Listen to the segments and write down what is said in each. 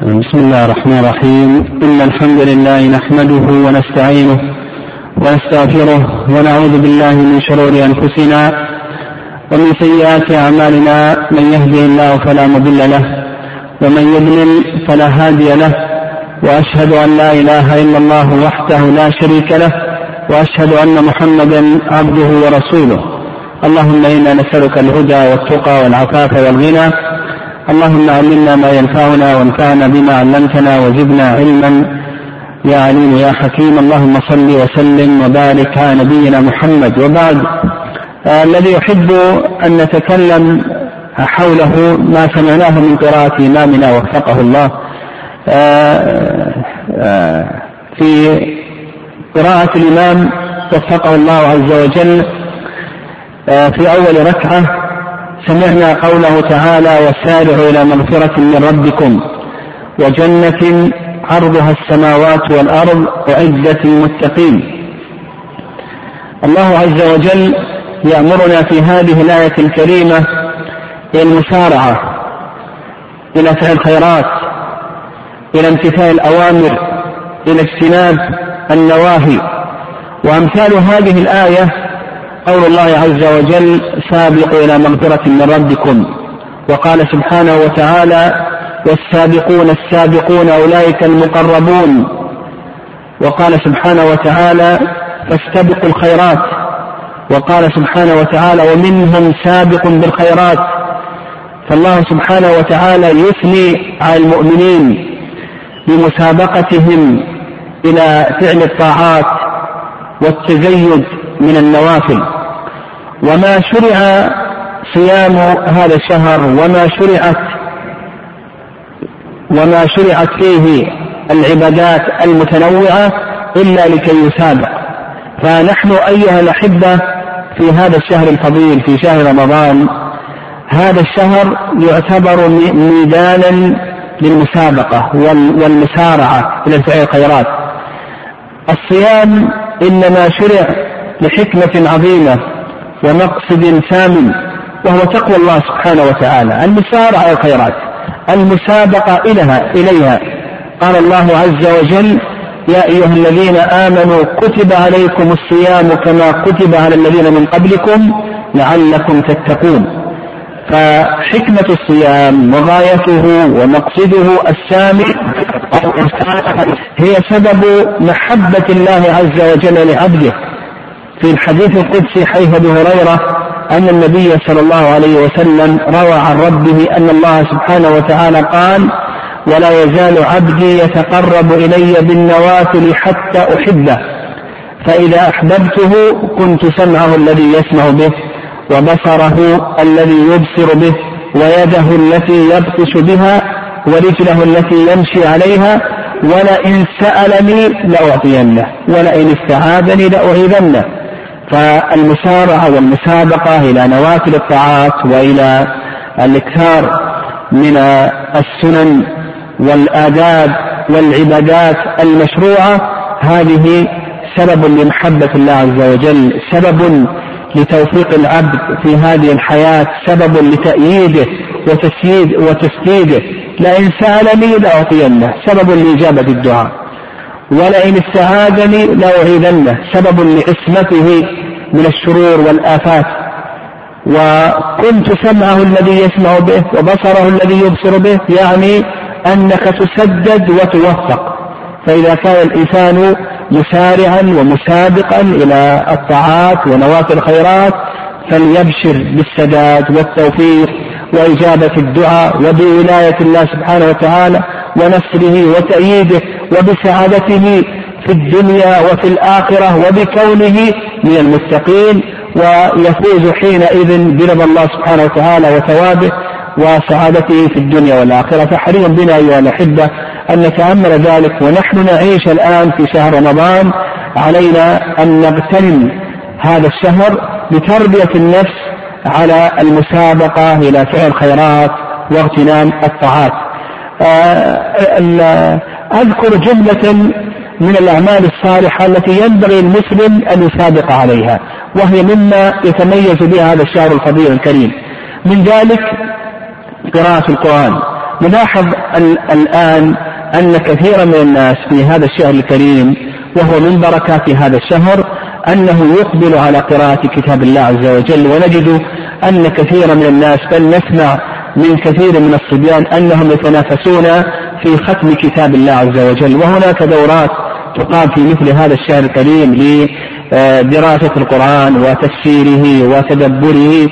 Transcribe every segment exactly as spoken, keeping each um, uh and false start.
بسم الله الرحمن الرحيم. إن الحمد لله نحمده ونستعينه ونستغفره ونعوذ بالله من شرور أنفسنا ومن سيئات أعمالنا، من يهده الله فلا مضل له ومن يضلل فلا هادي له، وأشهد أن لا إله إلا الله وحده لا شريك له، وأشهد أن محمدا عبده ورسوله. اللهم إنا نسألك الهدى والتقى والعفاف والغنى، اللهم علمنا ما ينفعنا وانفعنا بما علمتنا وزدنا علما يا عليم يا حكيم. اللهم صل وسلم وبارك على نبينا محمد. وبعد، آه الذي يحب أن نتكلم حوله ما سمعناه من قراءة إمامنا وفقه الله آه آه في قراءة الإمام وفقه الله عز وجل آه في أول ركعة سمعنا قوله تعالى: وسارعوا إلى مغفرة من ربكم وجنة عرضها السماوات والأرض أعدت للمتقين. الله عز وجل يأمرنا في هذه الآية الكريمة بالمسارعة إلى فعل الخيرات، إلى امتثال الأوامر، إلى اجتناب النواهي. وأمثال هذه الآية قول الله عز وجل: سابقوا إلى مغفرة من ربكم. وقال سبحانه وتعالى: والسابقون السابقون أولئك المقربون. وقال سبحانه وتعالى: فاستبقوا الخيرات. وقال سبحانه وتعالى: ومنهم سابق بالخيرات. فالله سبحانه وتعالى يثني على المؤمنين بمسابقتهم إلى فعل الطاعات والتزيد من النوافل. وما شرع صيام هذا الشهر وما شرعت وما شرعت فيه العبادات المتنوعة إلا لكي يسابق. فنحن أيها الأحبة في هذا الشهر الفضيل، في شهر رمضان، هذا الشهر يعتبر ميدانا للمسابقة والمسارعة إلى فعل الخيرات. الصيام إنما شرع لحكمة عظيمة ومقصد ثامن، وهو تقوى الله سبحانه وتعالى، المسارعة إلى الخيرات، المسابقة إليها إليها قال الله عز وجل: يا أيها الذين آمنوا كتب عليكم الصيام كما كتب على الذين من قبلكم لعلكم تتقون. فحكمة الصيام وغايته ومقصده السامي هي سبب محبة الله عز وجل لعبده. في الحديث القدسي حديث أبي هريرة أن النبي صلى الله عليه وسلم روى عن ربه أن الله سبحانه وتعالى قال: ولا يزال عبدي يتقرب إلي بالنوافل حتى أحبه، فإذا أحببته كنت سمعه الذي يسمع به، وبصره الذي يبصر به، ويده التي يبطش بها، ورجله التي يمشي عليها، ولئن سألني لأعطينه، ولئن استعاذني لأعيذنه. فالمسارعة والمسابقة إلى نوافل الطاعات وإلى الإكثار من السنن والآداب والعبادات المشروعة هذه سبب لمحبة الله عز وجل، سبب لتوفيق العبد في هذه الحياة، سبب لتأييده وتسييد وتسديده. لئن سألني لأعطينه، سبب لإجابة الدعاء، ولئن استعاذني لأعيذنه، سبب لعصمته من الشرور والآفات. وكنت سمعه الذي يسمع به وبصره الذي يبصر به، يعني أنك تسدد وتوفق. فإذا كان الإنسان مسارعا ومسابقا إلى الطاعات ونوافل الخيرات فليبشر بالسداد والتوفيق وإجابة الدعاء وبولاية الله سبحانه وتعالى ونصره وتأييده وبسعادته في الدنيا وفي الآخرة وبكونه من المتقين، ويفوز حينئذ برضا الله سبحانه وتعالى وثوابه وسعادته في الدنيا والآخرة. فحري بنا أيها الأحبة أن نتأمل ذلك ونحن نعيش الآن في شهر رمضان. علينا أن نغتنم هذا الشهر لتربية النفس على المسابقة إلى فعل الخيرات واغتنام الطاعات. أذكر جملة من الأعمال الصالحة التي ينبغي المسلم أن يسابق عليها، وهي مما يتميز بها هذا الشهر الفضيل الكريم. من ذلك قراءة القرآن. نلاحظ الآن أن كثيرا من الناس في هذا الشهر الكريم وهو من بركات هذا الشهر أنه يقبل على قراءة كتاب الله عز وجل، ونجد أن كثيرا من الناس بل نسمع من كثير من الصبيان أنهم يتنافسون في ختم كتاب الله عز وجل. وهناك دورات تقام في مثل هذا الشهر الكريم لدراسة القرآن وتفسيره وتدبره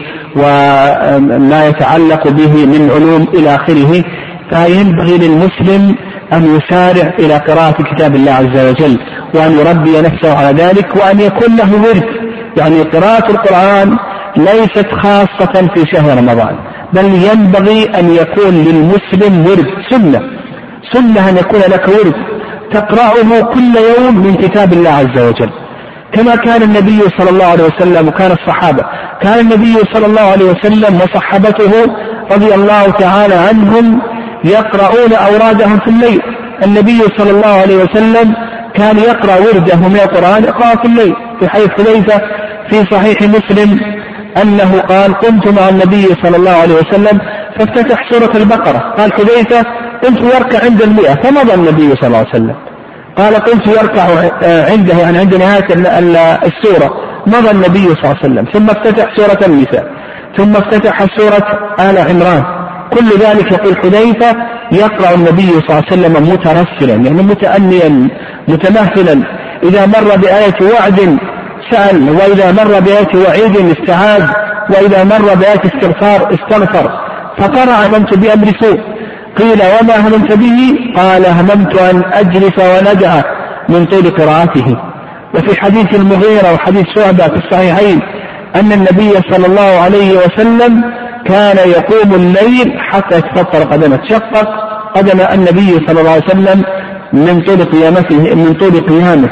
وما يتعلق به من علوم إلى آخره. فينبغي للمسلم أن يسارع إلى قراءة كتاب الله عز وجل وأن يربي نفسه على ذلك، وأن يكون له ورد. يعني قراءة القرآن ليست خاصة في شهر رمضان، بل ينبغي أن يكون للمسلم ورد، سنة سنة أن يكون لك ورد تقرأه كل يوم من كتاب الله عز وجل، كما كان النبي صلى الله عليه وسلم وكان الصحابة. كان النبي صلى الله عليه وسلم وصحابته رضي الله تعالى عنهم يقرؤون أورادهم في الليل. النبي صلى الله عليه وسلم كان يقرأ ورده من القرآن يقرأ في الليل، في حيث حذيفة في صحيح مسلم أنه قال: قمت مع النبي صلى الله عليه وسلم فافتتح سورة البقرة. قال حذيفة: قمت يركع عند المئة، فمضى النبي صلى الله عليه وسلم. قال: قمت يركع عنده، يعني عند نهاية السورة، مضى النبي صلى الله عليه وسلم. ثم افتتح سورة النساء، ثم افتتح سورة آل عمران. كل ذلك يقول حذيفة يقرأ النبي صلى الله عليه وسلم مترسلا، يعني متأنيا متمهلا. إذا مر بآية وعد سأل، وإذا مر بآية وعيد استعاذ، وإذا مر بآية استغفار استغفر. فقرأ: هممت بأمر سوء. قيل: وما هممت به؟ قال: هممت أن أجلس وندع، من طول قراءته. وفي حديث المغيرة وحديث شعبة في الصحيحين أن النبي صلى الله عليه وسلم كان يقوم الليل حتى تفطر قدمه، تشقق قدم النبي صلى الله عليه وسلم من طول قيامته من طول قيامه.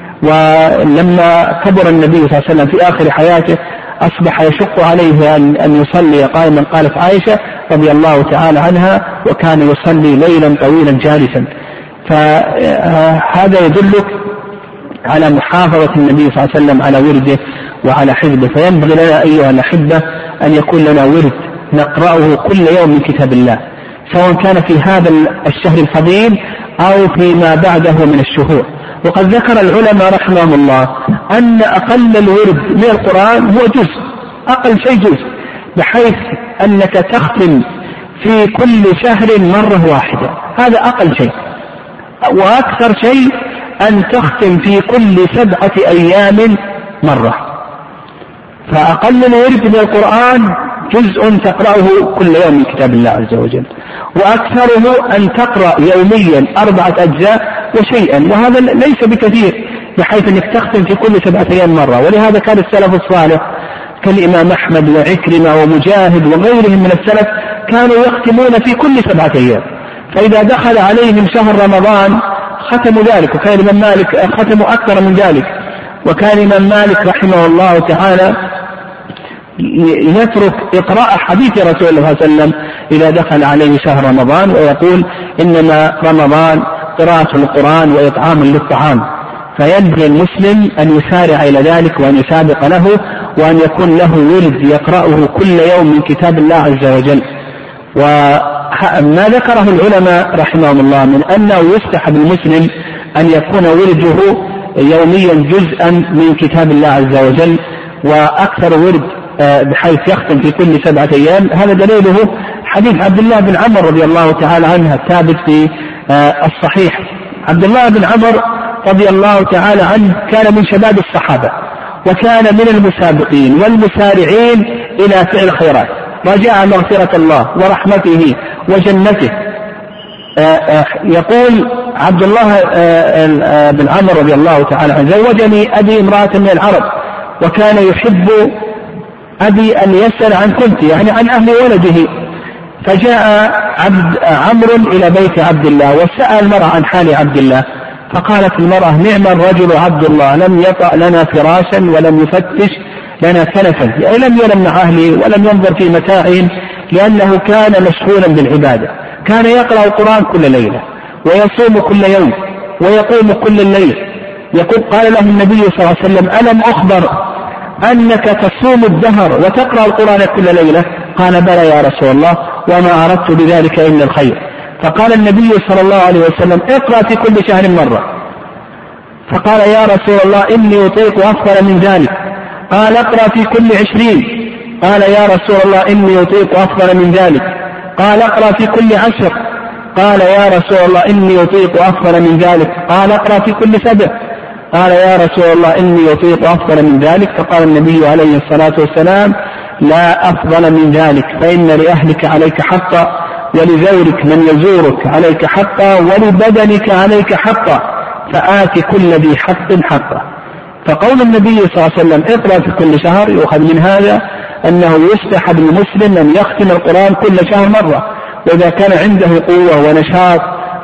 ولما كبر النبي صلى الله عليه وسلم في آخر حياته أصبح يشق عليه أن يصلي قائما. قالت عائشة رضي الله تعالى عنها: وكان يصلي ليلا طويلا جالسا. فهذا يدلك على محافظة النبي صلى الله عليه وسلم على ورده وعلى حفظه. فينبغي لنا أيها الأحبة أن يكون لنا ورد نقرأه كل يوم من كتاب الله، سواء كان في هذا الشهر الفضيل أو فيما بعده من الشهور. وقد ذكر العلماء رحمهم الله أن أقل الورد من القرآن هو جزء، أقل شيء جزء، بحيث أنك تختم في كل شهر مرة واحدة، هذا أقل شيء. وأكثر شيء أن تختم في كل سبعة أيام مرة. فأقل الورد من القرآن جزء تقرأه كل يوم من كتاب الله عز وجل، وأكثره أن تقرأ يوميا أربعة أجزاء وشيئا، وهذا ليس بكثير بحيث أنك تختم في كل سبعة أيام مرة. ولهذا كان السلف الصالح كالإمام أحمد وعكرمة ومجاهد وغيرهم من السلف كانوا يختمون في كل سبعة أيام، فإذا دخل عليهم شهر رمضان ختموا ذلك. وكان الإمام مالك ختموا أكثر من ذلك. وكان الإمام مالك رحمه الله تعالى يترك إقراء حديث رسول الله صلى الله عليه وسلم إذا دخل عليه شهر رمضان، ويقول: إنما رمضان قراءة القرآن وإطعام للطعام. فينبغي المسلم أن يسارع إلى ذلك وأن يسابق له، وأن يكون له ورد يقرأه كل يوم من كتاب الله عز وجل. وما ذكره العلماء رحمهم الله من أنه يستحب المسلم أن يكون ورده يوميا جزءا من كتاب الله عز وجل، وأكثر ورد بحيث يختم في كل سبعة أيام. هذا دليله حديث عبد الله بن عمر رضي الله تعالى عنه الثابت في الصحيح. عبد الله بن عمر رضي الله تعالى عنه كان من شباب الصحابة، وكان من المسابقين والمسارعين إلى فعل الخيرات، رجاء مغفرة الله ورحمته وجنته. يقول عبد الله بن عمر رضي الله تعالى عنه: زوجني أبي امرأة من العرب، وكان يحب أبي أن يسأل عن كنتي، يعني عن أهل ولده. فجاء عبد عمرو إلى بيت عبد الله وسأل المرأة عن حال عبد الله، فقالت المرأة: نعم الرجل عبد الله، لم يطأ لنا فراشا ولم يفتش لنا كنفا، يعني لم ينم مع أهله ولم ينظر في متاعهم، لأنه كان مشغولا بالعبادة. كان يقرأ القرآن كل ليلة، ويصوم كل يوم، ويقوم كل الليل. يقول: قال له النبي صلى الله عليه وسلم: ألم أخبر أنك تصوم الدهر وتقرأ القرآن كل ليلة؟ قال: بلى يا رسول الله. وما أردت بذلك إلا الخير. فقال النبي صلى الله عليه وسلم اقرأ في كل شهر مرة. فقال يا رسول الله إني أطيق أفضل من ذلك. قال اقرأ في كل عشرين. قال يا رسول الله إني أطيق أفضل من ذلك. قال اقرأ في كل عشر. قال يا رسول الله إني أطيق أفضل من ذلك. قال اقرأ في كل سبع. قال يا رسول الله إني أطيق أفضل من ذلك. فقال النبي عليه الصلاة والسلام لا أفضل من ذلك، فإن لأهلك عليك حقا، ولزورك من يزورك عليك حقا، ولبدنك عليك حقا، فآت كل ذي حق حقه. فقول النبي صلى الله عليه وسلم اقرأ في كل شهر يؤخذ من هذا أنه يستحب للمسلم أن يختم القرآن كل شهر مرة، وإذا كان عنده قوة ونشاط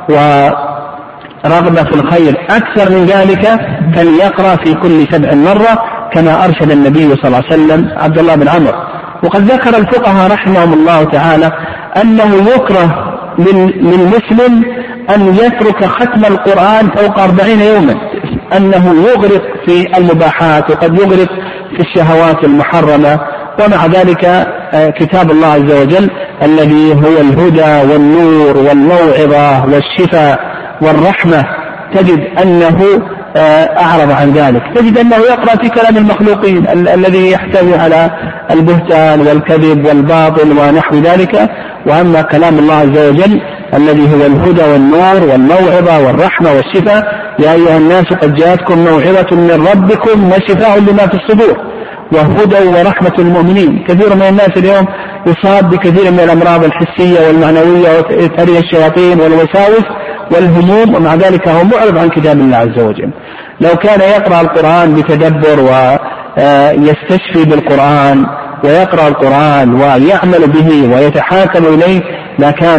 ورغبة في الخير أكثر من ذلك فليقرأ في كل سبع مرة كما أرشد النبي صلى الله عليه وسلم عبد الله بن عمرو. وقد ذكر الفقهاء رحمهم الله تعالى أنه يكره للمسلم أن يترك ختم القرآن فوق أربعين يوما، أنه يغرق في المباحات وقد يغرق في الشهوات المحرمة. ومع ذلك كتاب الله عز وجل الذي هو الهدى والنور والموعظة والشفاء والرحمة تجد أنه أعرض عن ذلك، تجد أنه يقرأ في كلام المخلوقين ال- الذي يحتوي على البهتان والكذب والباطل ونحو ذلك. وأما كلام الله عز وجل الذي هو الهدى والنور والموعظة والرحمة والشفاء، يا أيها الناس قد جاءتكم موعظة من ربكم وشفاء لما في الصدور وهدى ورحمة المؤمنين. كثير من الناس اليوم يصاب بكثير من الأمراض الحسية والمعنوية وتري الشياطين والوساوس والهموم، ومع ذلك هو معرض عن كتاب الله عز وجل. لو كان يقرأ القرآن بتدبر ويستشفي بالقرآن ويقرأ القرآن ويعمل به ويتحاكم إليه لكان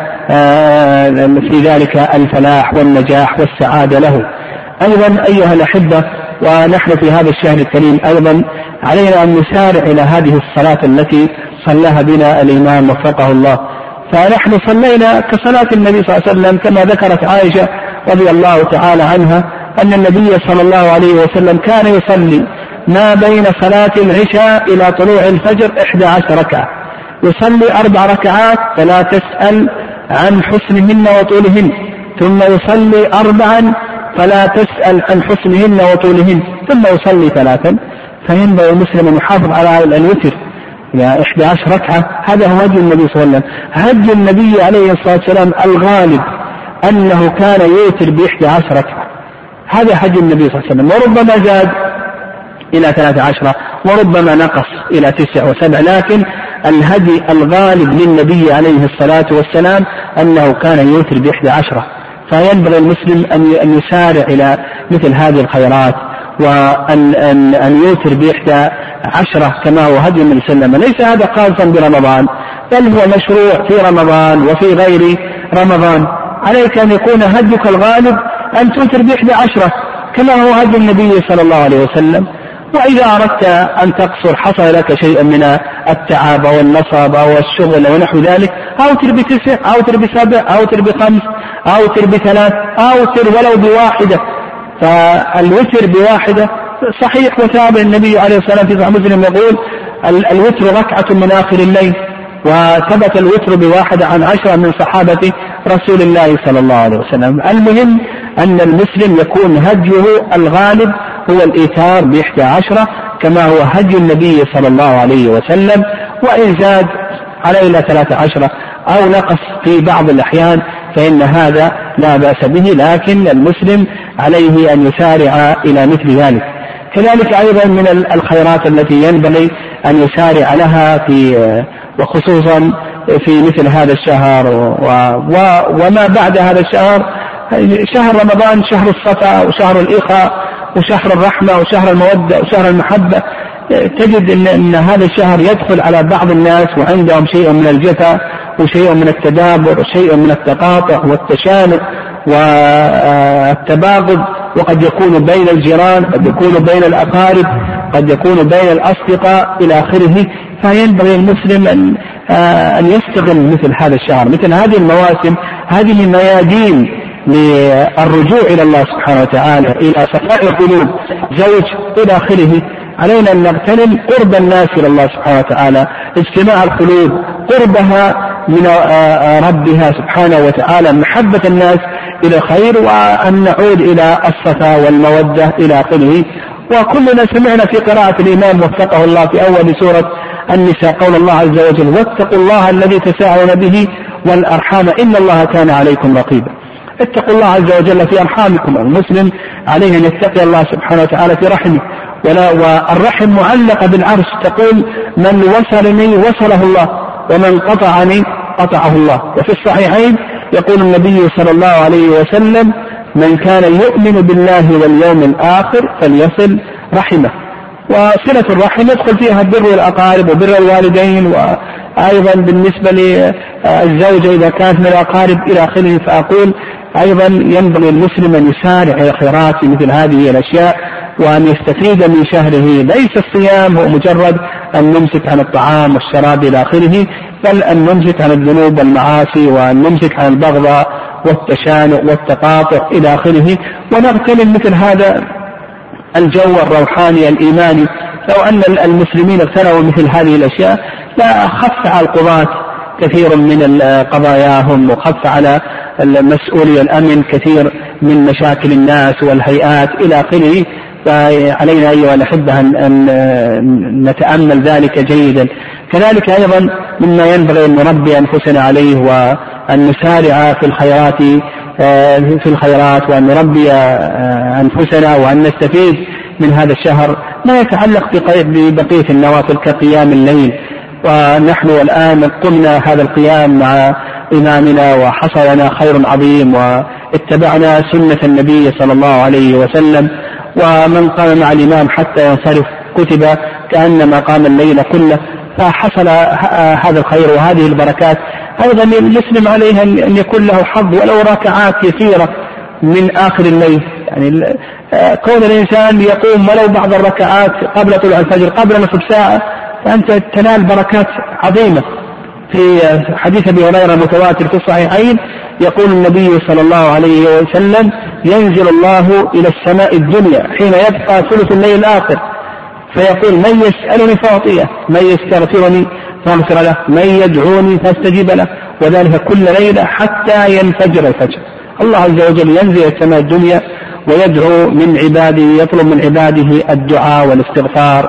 في ذلك الفلاح والنجاح والسعادة له. أيضا أيها الأحبة، ونحن في هذا الشهر الكريم أيضا علينا أن نسارع إلى هذه الصلاة التي صلىها بنا الإمام وفقه الله. فنحن صلينا كصلاة النبي صلى الله عليه وسلم كما ذكرت عائشة رضي الله تعالى عنها أن النبي صلى الله عليه وسلم كان يصلي ما بين صلاة العشاء إلى طلوع الفجر إحدى عشر ركعة، يصلي أربع ركعات فلا تسأل عن حسنهن وطولهن، ثم يصلي أربعا فلا تسأل عن حسنهن وطولهن، ثم يصلي ثلاثا. فينبغي المسلم أن يحافظ على الوتر إلى إحدى عشر ركعة. هذا هو هدي النبي صلى الله عليه وسلم. هدي النبي عليه الصلاة والسلام الغالب أنه كان يوتر بإحدى عشر ركعة، هذا هدي النبي صلى الله عليه وسلم، وربما زاد إلى ثلاث عشرة وربما نقص إلى تسع وسبع، لكن الهدي الغالب للنبي عليه الصلاة والسلام أنه كان يوتر بإحدى عشرة. فينبغي المسلم أن يسارع إلى مثل هذه الخيرات وأن أن أن يوتر بإحدى عشرة كما هو هدي النبي صلى الله عليه وسلم. ليس هذا خاصا برمضان، بل هو مشروع في رمضان وفي غير رمضان. عليك أن يكون هديك الغالب أن توتر بإحدى عشرة كما هو هدي النبي صلى الله عليه وسلم. وإذا أردت أن تقصر حصل لك شيء من التعب والنصب والشغل ونحو ذلك، أوتر بتسع أوتر بسبع أوتر بخمس أوتر بثلاث أوتر ولو بواحدة. فالوتر بواحدة صحيح وثابت، النبي عليه الصلاة والسلام في مسلم يقول الوتر ركعة من آخر الليل، وثبت الوتر بواحدة عن عشرة من صحابة رسول الله صلى الله عليه وسلم. المهم أن المسلم يكون هديه الغالب هو الإيتار بإحدى عشرة كما هو هدي النبي صلى الله عليه وسلم، وإن زاد على إلى ثلاث عشرة أو نقص في بعض الأحيان فإن هذا لا بأس به، لكن المسلم عليه أن يسارع إلى مثل ذلك. كذلك أيضا من الخيرات التي ينبغي أن يسارع لها في وخصوصا في مثل هذا الشهر وما بعد هذا الشهر، شهر رمضان شهر الصفا وشهر الإخاء وشهر الرحمة وشهر المودة وشهر المحبة. تجد إن, إن هذا الشهر يدخل على بعض الناس وعندهم شيء من الجفا وشيء من التدابر وشيء من التقاطع والتشانق والتباغض، وقد يكون بين الجيران، قد يكون بين الأقارب، قد يكون بين الأصدقاء إلى آخره. فينبغي المسلم أن, أن يستغل مثل هذا الشهر، مثل هذه المواسم، هذه ميادين للرجوع إلى الله سبحانه وتعالى، إلى صفاء القلوب، زوج إلى آخره. علينا أن نغتنم قرب الناس إلى الله سبحانه وتعالى، اجتماع القلوب، قربها من ربها سبحانه وتعالى محبة الناس إلى الخير، وأن نعود إلى الصفا والمودة إلى آخره. وكلنا سمعنا في قراءة الإمام وفقه الله في أول سورة النساء قول الله عز وجل: واتقوا الله الذي تساءلون به والأرحام إن الله كان عليكم رقيبا. اتقوا الله عز وجل في أرحامكم. المسلم عليه أن يتقي الله سبحانه وتعالى في رحمه، ولا والرحم معلقة بالعرش، تقول: من وصلني وصله الله ومن قطعني قطعه الله. وفي الصحيحين يقول النبي صلى الله عليه وسلم: من كان يؤمن بالله واليوم الآخر فليصل رحمه. وصلة الرحم يدخل فيها بر الأقارب وبر الوالدين، وأيضا بالنسبة للزوجة إذا كانت من الأقارب إلى آخره. فأقول أيضا ينبغي المسلم أن يسارع إلى الخيرات في مثل هذه الأشياء، وأن يستفيد من شهره. ليس الصيام هو مجرد أن نمسك عن الطعام والشراب إلى آخره، بل أن نمسك عن الذنوب والمعاصي، وأن نمسك عن البغضاء والتشانق والتقاطع إلى آخره، ونغتنم مثل هذا الجو الروحاني الإيماني. لو أن المسلمين اغتنموا مثل هذه الأشياء لا خف على القضاة كثير من قضاياهم، وخف على المسؤولي الأمن كثير من مشاكل الناس والهيئات إلى آخره. فعلينا أيها الأحبة أن نتأمل ذلك جيدا. كذلك أيضا مما ينبغي أن نربي أنفسنا عليه، وأن نسارع في الخيرات في الخيرات وأن نربي أنفسنا وأن نستفيد من هذا الشهر ما يتعلق ببقية النوافل كقيام الليل. ونحن الآن قمنا هذا القيام مع إمامنا وحصل لنا خير عظيم، واتبعنا سنة النبي صلى الله عليه وسلم. ومن قام مع الإمام حتى ينصرف كتب كأنما قام الليل كله، فحصل هذا الخير وهذه البركات. أيضا المسلم عليه أن يكون له حظ ولو ركعات يسيرة من آخر الليل. يعني كون الإنسان يقوم ولو بعض الركعات قبل طلوع الفجر قبل نصف ساعة، فأنت تنال بركات عظيمة. في حديث أبي هريرة متواتر في الصحيحين يقول النبي صلى الله عليه وسلم: ينزل الله إلى السماء الدنيا حين يبقى ثلث الليل الآخر فيقول: من يسألني فأعطيه، من يستغفرني فأغفر له، من يدعوني فاستجيب له، وذلك كل ليلة حتى ينفجر الفجر. الله عز وجل ينزل إلى السماء الدنيا ويدعو من عباده، يطلب من عباده الدعاء والاستغفار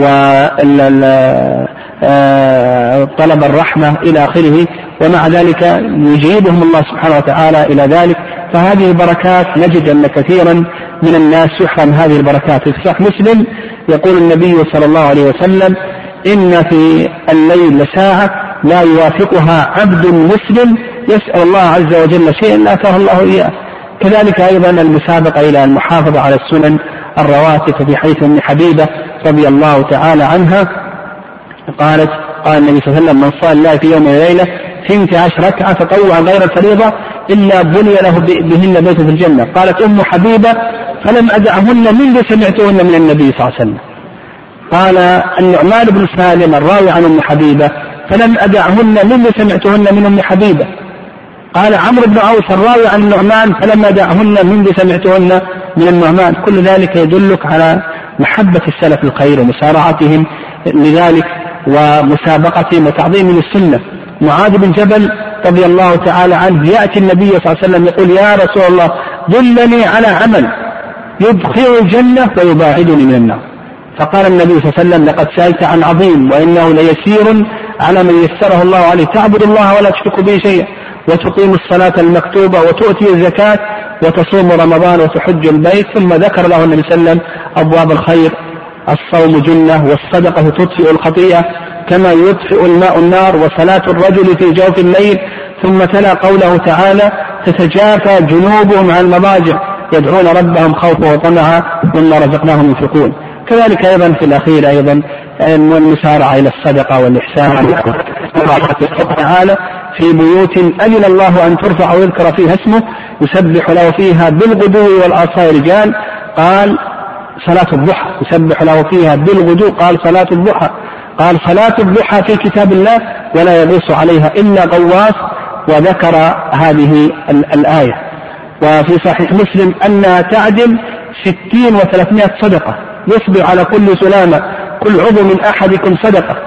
وطلب الرحمة إلى آخره، ومع ذلك يجيبهم الله سبحانه وتعالى إلى ذلك. فهذه البركات نجد أن كثيرا من الناس يحرم هذه البركات. في صحيح مسلم يقول النبي صلى الله عليه وسلم: إن في الليل لساعة لا يوافقها عبد مسلم يسأل الله عز وجل شيئا لا أتاه الله إياه. كذلك أيضا المسابقة إلى المحافظة على السنن الرواتب، في حيث أم حبيبة رضي الله تعالى عنها قالت: قال النبي صلى الله عليه وسلم: من صلى الله في يوم وليلة ثنتي عشر ركعة تطوعا غير الفريضة إلا بني له بهن بيت في الجنة. قالت أم حبيبة: فلم أدعهن منذ سمعتهن من النبي صلى الله عليه وسلم. قال النعمان بن سالم الراوي عن أم حبيبة: فلم أدعهن منذ سمعتهن من أم حبيبة. قال عمرو بن عوف الراوي عن النعمان: فلم أدعهن منذ سمعتهن من النعمان. كل ذلك يدلك على محبة السلف الخير ومسارعتهم لذلك ومسابقتهم وتعظيم السنة. معاذ بن جبل رضي الله تعالى عنه يأتي النبي صلى الله عليه وسلم يقول: يا رسول الله دلني على عمل يدخل الجنة ويباعدني من النار. فقال النبي صلى الله عليه وسلم: لقد سألت عن عظيم وإنه ليسير على من يسره الله عليه، تعبد الله ولا تشرك به شيئا، وتقيم الصلاة المكتوبة، وتؤتي الزكاة، وتصوم رمضان، وتحج البيت. ثم ذكر له النبي صلى الله عليه وسلم أبواب الخير: الصوم جنة، والصدقة تطفئ الخطيئة كما يطفئ الماء النار، وصلاة الرجل في جوف الليل. ثم تلا قوله تعالى: تتجافى جنوبهم عن المضاجع يدعون ربهم خوفا وطمعا مما رزقناهم ينفقون. كذلك أيضا في الأخير أيضا المسارعة إلى الصدقة والإحسان تعالى في بيوت أذن الله أن ترفع ويذكر فيها اسمه يسبح له فيها بالغدو والآصال رجال. قال صلاة الضحى يسبح له فيها بالغدو، قال صلاة الضحى، قال صلاة الضحى في كتاب الله ولا يغوص عليها إلا غواص، وذكر هذه الآية. وفي صحيح مسلم أنها تعدل ستين وثلاثمائة صدقة، يصبح على كل سلامة كل عضو من أحدكم صدقة،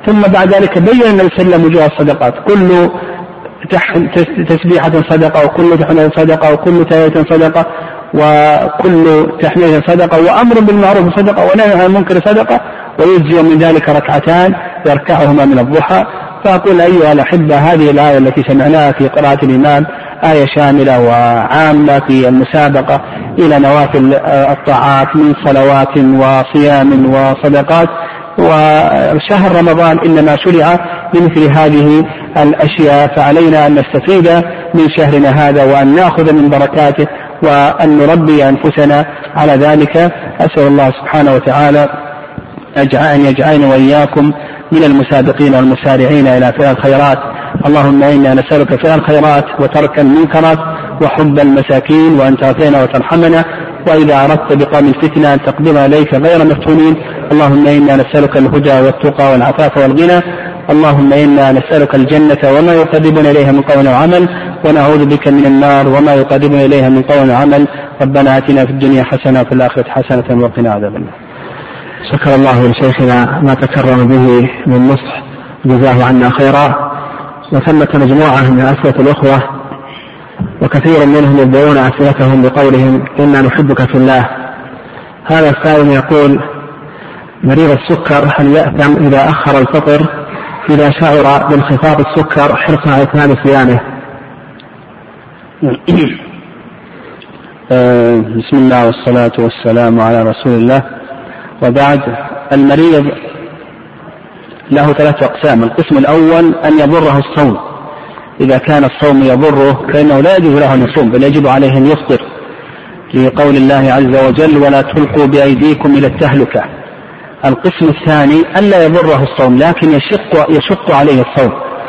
ثم بعد ذلك بين النبي صلى الله عليه وسلم وجوه الصدقات، كل تسبيحة صدقة، وكل تحميد صدقة، وكل تهلية صدقة، وكل تحميد صدقة، وأمر بالمعروف صدقة، ونهي عن المنكر صدقة، ويجزي من ذلك ركعتان يركعهما من الضحى. فأقول أيها الأحبة هذه الآية التي سمعناها في قراءة الإمام آية شاملة وعامة في المسابقة إلى نوافل الطاعات من صلوات وصيام وصدقات. وشهر رمضان إنما شرع بمثل هذه الأشياء، فعلينا أن نستفيد من شهرنا هذا وأن نأخذ من بركاته وأن نربي أنفسنا على ذلك. أسأل الله سبحانه وتعالى أن يجعلنا وإياكم من المسابقين والمسارعين إلى فعل الخيرات. اللهم إنا نسألك فعل الخيرات وترك المنكرات وحب المساكين، وأن تعطينا وترحمنا، وإذا أردت بقوم الفتنة أن تقبضنا إليك غير مفتونين. اللهم إنا نسألك الهدى والتقى والعفاف والغنى. اللهم إنا نسألك الجنة وما يقربنا إليها من قول وعمل، ونعوذ بك من النار وما يقربنا إليها من قول وعمل. ربنا آتنا في الدنيا حسنة وفي الآخرة حسنة وقنا عذاب النار. شكر الله لشيخنا ما تكرم به من نصح، جزاه عنا خيرا. وثمة مجموعة من أسئلة الأخوة وكثير منهم يبدأون أسئلتهم بقولهم إنا نحبك في الله. هذا السائل يقول: مريض السكر هل يأثم إذا أخر الفطر إذا شعر بانخفاض السكر حرصا على إتمام صيامه؟ بسم الله والصلاة والسلام على رسول الله، وبعد. المريض له ثلاثة أقسام. القسم الأول أن يضره الصوم، إذا كان الصوم يضره فإنه لا يجوز له أن يصوم، بل يجب عليه أن يفطر، لقول الله عز وجل: ولا تلقوا بأيديكم إلى التهلكة. القسم الثاني أن لا يضره الصوم لكن يشق, يشق عليه الصوم،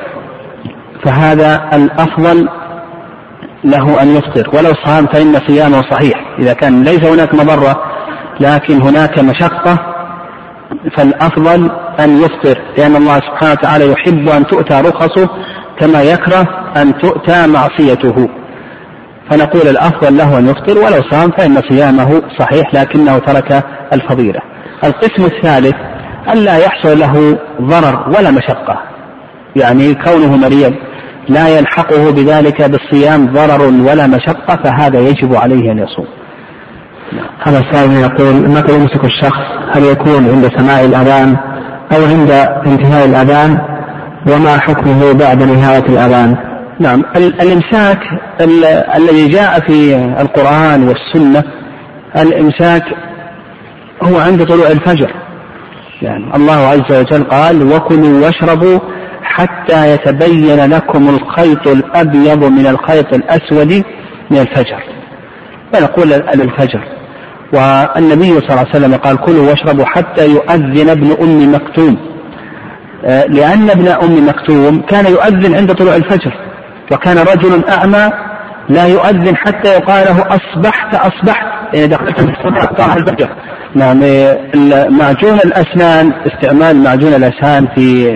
فهذا الأفضل له أن يفطر، ولو صام فإن صيامه صحيح. إذا كان ليس هناك مضرة لكن هناك مشقة فالأفضل أن يفطر، لأن الله سبحانه وتعالى يحب أن تؤتى رخصه كما يكره أن تؤتى معصيته، فنقول الأفضل له أن يفطر، ولو صام فإن صيامه صحيح لكنه ترك الفضيلة. القسم الثالث أن لا يحصل له ضرر ولا مشقة، يعني كونه مريض لا يلحقه بذلك بالصيام ضرر ولا مشقة، فهذا يجب عليه أن يصوم. هذا السائل يقول: متى يمسك الشخص؟ هل يكون عند سماع الأذان أو عند انتهاء الأذان؟ وما حكمه بعد نهاية الأذان؟ نعم، الإمساك الذي جاء في القرآن والسنة، الإمساك هو عند طلوع الفجر. يعني الله عز وجل قال: وكلوا واشربوا حتى يتبين لكم الخيط الأبيض من الخيط الأسود من الفجر، فنقول الفجر. والنبي صلى الله عليه وسلم قال: كلوا واشربوا حتى يؤذن ابن أم مكتوم، لأن ابن أم مكتوم كان يؤذن عند طلوع الفجر، وكان رجل أعمى لا يؤذن حتى يقال له: أصبحت أصبحت، يعني دخلت في الصلاة الفجر. نعم، معجون الأسنان، استعمال معجون الأسنان في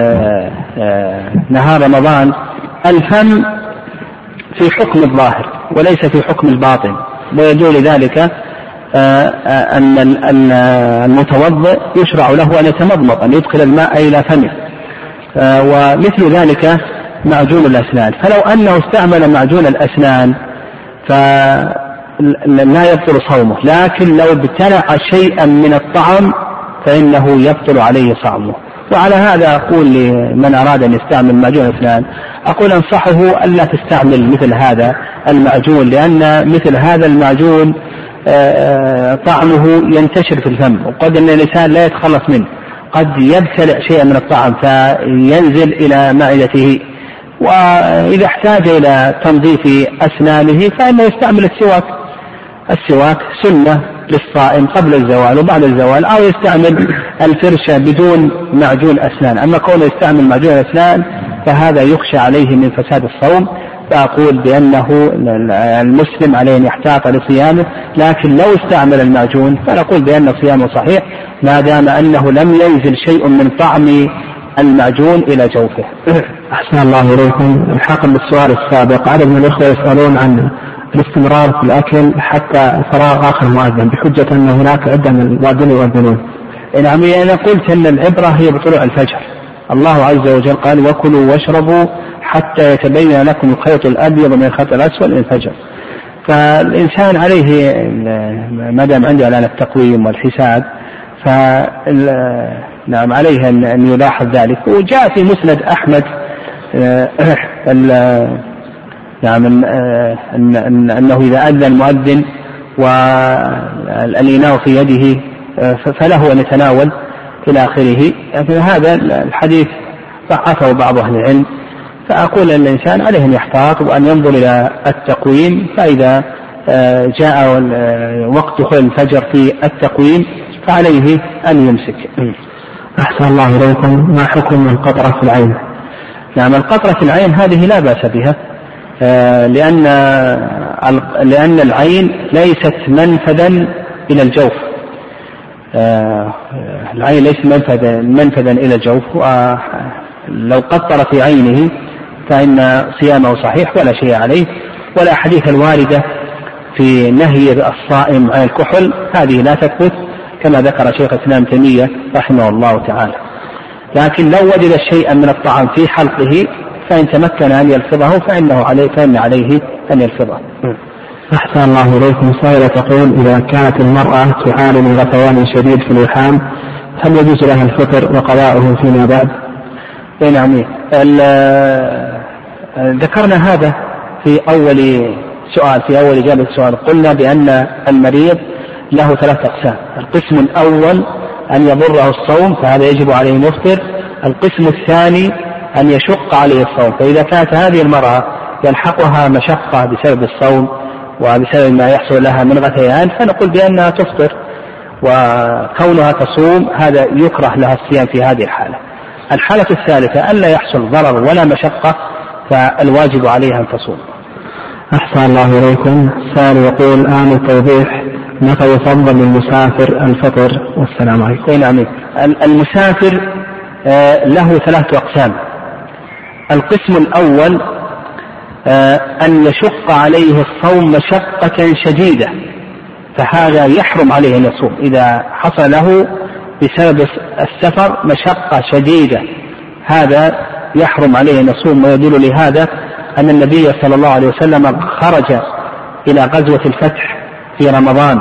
نهار رمضان، الفم في حكم الظاهر وليس في حكم الباطن، ويدل ذلك أن المتوضئ يشرع له أن يتمضمض، أن يدخل الماء إلى فمه، ومثل ذلك معجون الأسنان. فلو أنه استعمل معجون الأسنان فلا يبطل صومه، لكن لو ابتلع شيئا من الطعام فإنه يبطل عليه صومه. وعلى هذا أقول لمن أراد أن يستعمل معجون الأسنان، أقول أنصحه ألا تستعمل مثل هذا المعجون، لأن مثل هذا المعجون طعمه ينتشر في الفم، وقد أن الإنسان لا يتخلص منه، قد يبتلع شيئا من الطعام فينزل إلى معدته، وإذا احتاج إلى تنظيف أسنانه فإنه يستعمل السواك. السواك سنة للصائم قبل الزوال وبعد الزوال، أو يستعمل الفرشة بدون معجون أسنان. أما كونه يستعمل معجون أسنان فهذا يخشى عليه من فساد الصوم، فأقول بأنه المسلم عليه أن يحتاط لصيامه، لكن لو استعمل المعجون فنقول بأن صيامه صحيح ما دام أنه لم ينزل شيء من طعم المعجون إلى جوفه. أحسن الله إليكم. الحاق بالسؤال السابق، عدد من الأخوة يسألون عن الاستمرار في الأكل حتى فراغ آخر مؤذن بحجة أن هناك عدة من المؤذنين يؤذنون. نعم، أنا قلت أن العبرة هي بطلوع الفجر، الله عز وجل قال وكلوا واشربوا حتى يتبين لكم الخيط الأبيض من الخيط الأسود من الفجر. فالإنسان عليه ما دام عنده على التقويم والحساب فنعم عليه أن يلاحظ ذلك. وجاء في مسند أحمد نعم أنه إذا أذن المؤذن والإناء في يده فله أن يتناول إلى آخره. هذا الحديث ضعفه بعض أهل العلم، فأقول أن الإنسان عليه أن يحتاط وأن ينظر إلى التقويم، فإذا جاء وقت دخول الفجر في التقويم فعليه أن يمسك. أحسن الله إليكم، ما حكم القطرة في العين؟ نعم القطرة في العين هذه لا بأس بها، لأن لأن العين ليست منفذا إلى الجوف، العين ليست منفذا منفذا إلى الجوف، لو قطر في عينه فإن صيامه صحيح ولا شيء عليه. ولا حديث الواردة في نهي الصائم عن الكحل هذه لا تثبت كما ذكر شيخ الإسلام ابن تيمية رحمه الله تعالى. لكن لو وجد شيئا من الطعام في حلقه فإن تمكن أن يلفظه فإنه عليه فإن عليه أن يلفظه. أحسن الله إليكم، سائلة تقول إذا كانت المرأة تعاني من غثيان شديد في اللحام هل يجوز لها الفطر وقضاؤه فيما بعد؟ نعم ذكرنا هذا في أول سؤال في أول إجابة السؤال. قلنا بأن المريض له ثلاث أقسام: القسم الأول أن يضره الصوم فهذا يجب عليه مفطر، القسم الثاني أن يشق عليه الصوم، فإذا كانت هذه المرأة يلحقها مشقة بسبب الصوم وبسبب ما يحصل لها من غثيان فنقول بأنها تفطر، وكونها تصوم هذا يكره لها الصيام في هذه الحالة. الحالة الثالثة ألا يحصل ضرر ولا مشقة فالواجب عليها أن تصوم. أحسن الله إليكم، سائل يقول آمل توضيح متى يفضل للمسافر الفطر؟ والسلام عليكم. نعم المسافر له ثلاثة أقسام. القسم الأول أن يشق عليه الصوم مشقة شديدة فهذا يحرم عليه أن يصوم. إذا حصل له بسبب السفر مشقة شديدة هذا يحرم عليه أن يصوم. ويدل لهذا أن النبي صلى الله عليه وسلم خرج إلى غزوة الفتح في رمضان